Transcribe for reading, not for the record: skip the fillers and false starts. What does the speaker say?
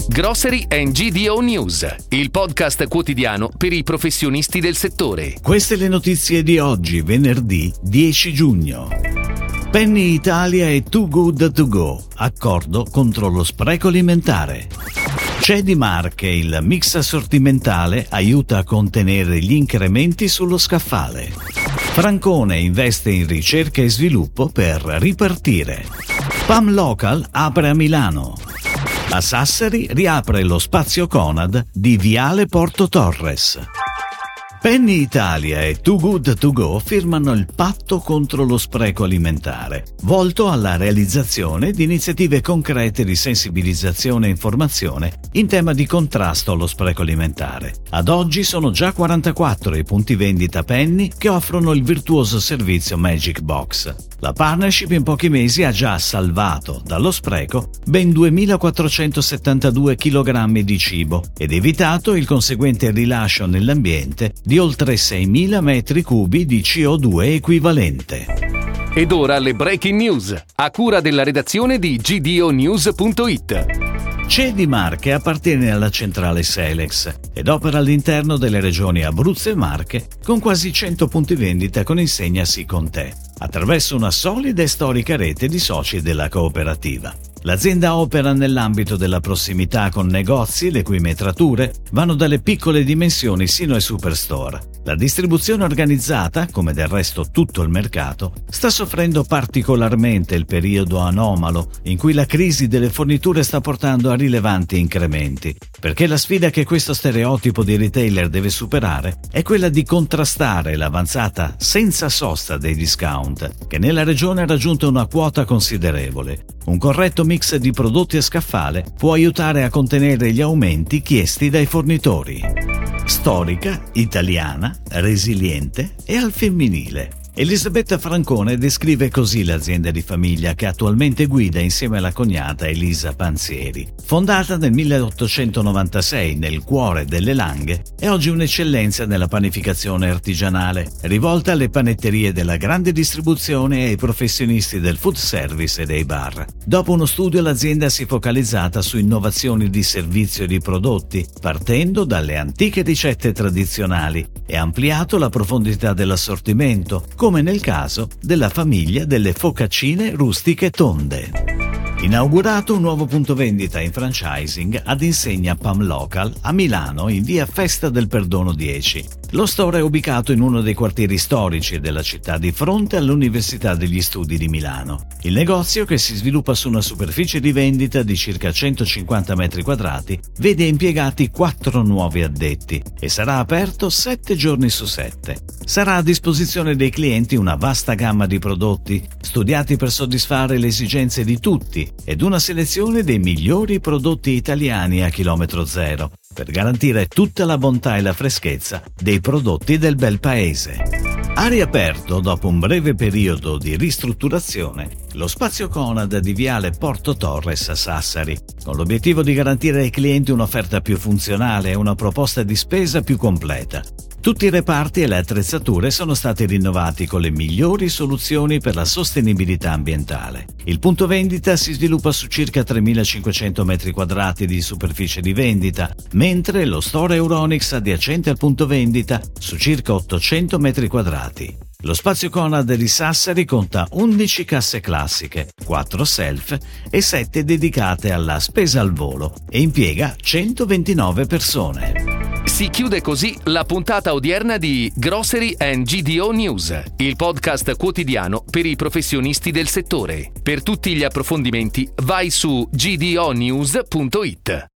Grocery and GDO News, il podcast quotidiano per i professionisti del settore. Queste le notizie di oggi, venerdì 10 giugno. Penny Italia e Too Good To Go, accordo contro lo spreco alimentare. Cedi Marche, il mix assortimentale aiuta a contenere gli incrementi sullo scaffale. Francone investe in ricerca e sviluppo per ripartire. Pam Local apre a Milano. A Sassari riapre lo spazio Conad di Viale Porto Torres. Penny Italia e Too Good To Go firmano il patto contro lo spreco alimentare, volto alla realizzazione di iniziative concrete di sensibilizzazione e informazione in tema di contrasto allo spreco alimentare. Ad oggi sono già 44 i punti vendita Penny che offrono il virtuoso servizio Magic Box. La partnership in pochi mesi ha già salvato dallo spreco ben 2.472 kg di cibo ed evitato il conseguente rilascio nell'ambiente di oltre 6.000 metri cubi di CO2 equivalente. Ed ora le breaking news, a cura della redazione di gdonews.it. Cedi Marche appartiene alla centrale Selex ed opera all'interno delle regioni Abruzzo e Marche con quasi 100 punti vendita con insegna Sì con te, attraverso una solida e storica rete di soci della cooperativa. L'azienda opera nell'ambito della prossimità con negozi le cui metrature vanno dalle piccole dimensioni sino ai superstore. La distribuzione organizzata, come del resto tutto il mercato, sta soffrendo particolarmente il periodo anomalo in cui la crisi delle forniture sta portando a rilevanti incrementi, perché la sfida che questo stereotipo di retailer deve superare è quella di contrastare l'avanzata senza sosta dei discount, che nella regione ha raggiunto una quota considerevole. Un corretto mix di prodotti a scaffale può aiutare a contenere gli aumenti chiesti dai fornitori. Storica, italiana, resiliente e al femminile. Elisabetta Francone descrive così l'azienda di famiglia che attualmente guida insieme alla cognata Elisa Panzieri. Fondata nel 1896 nel cuore delle Langhe, è oggi un'eccellenza nella panificazione artigianale, rivolta alle panetterie della grande distribuzione e ai professionisti del food service e dei bar. Dopo uno studio l'azienda si è focalizzata su innovazioni di servizio e di prodotti, partendo dalle antiche ricette tradizionali e ha ampliato la profondità dell'assortimento, come nel caso della famiglia delle focaccine rustiche tonde. Inaugurato un nuovo punto vendita in franchising ad insegna Pam Local a Milano in via Festa del Perdono 10. Lo store è ubicato in uno dei quartieri storici della città di fronte all'Università degli Studi di Milano. Il negozio, che si sviluppa su una superficie di vendita di circa 150 metri quadrati, vede impiegati 4 nuovi addetti e sarà aperto 7 giorni su 7. Sarà a disposizione dei clienti una vasta gamma di prodotti studiati per soddisfare le esigenze di tutti ed una selezione dei migliori prodotti italiani a chilometro zero, per garantire tutta la bontà e la freschezza dei prodotti del bel paese. Ha riaperto, dopo un breve periodo di ristrutturazione, lo spazio Conad di Viale Porto Torres a Sassari, con l'obiettivo di garantire ai clienti un'offerta più funzionale e una proposta di spesa più completa. Tutti i reparti e le attrezzature sono stati rinnovati con le migliori soluzioni per la sostenibilità ambientale. Il punto vendita si sviluppa su circa 3.500 metri quadrati di superficie di vendita, mentre lo store Euronics adiacente al punto vendita su circa 800 metri quadrati. Lo spazio Conad di Sassari conta 11 casse classiche, 4 self e 7 dedicate alla spesa al volo e impiega 129 persone. Si chiude così la puntata odierna di Grocery and GDO News, il podcast quotidiano per i professionisti del settore. Per tutti gli approfondimenti vai su gdonews.it.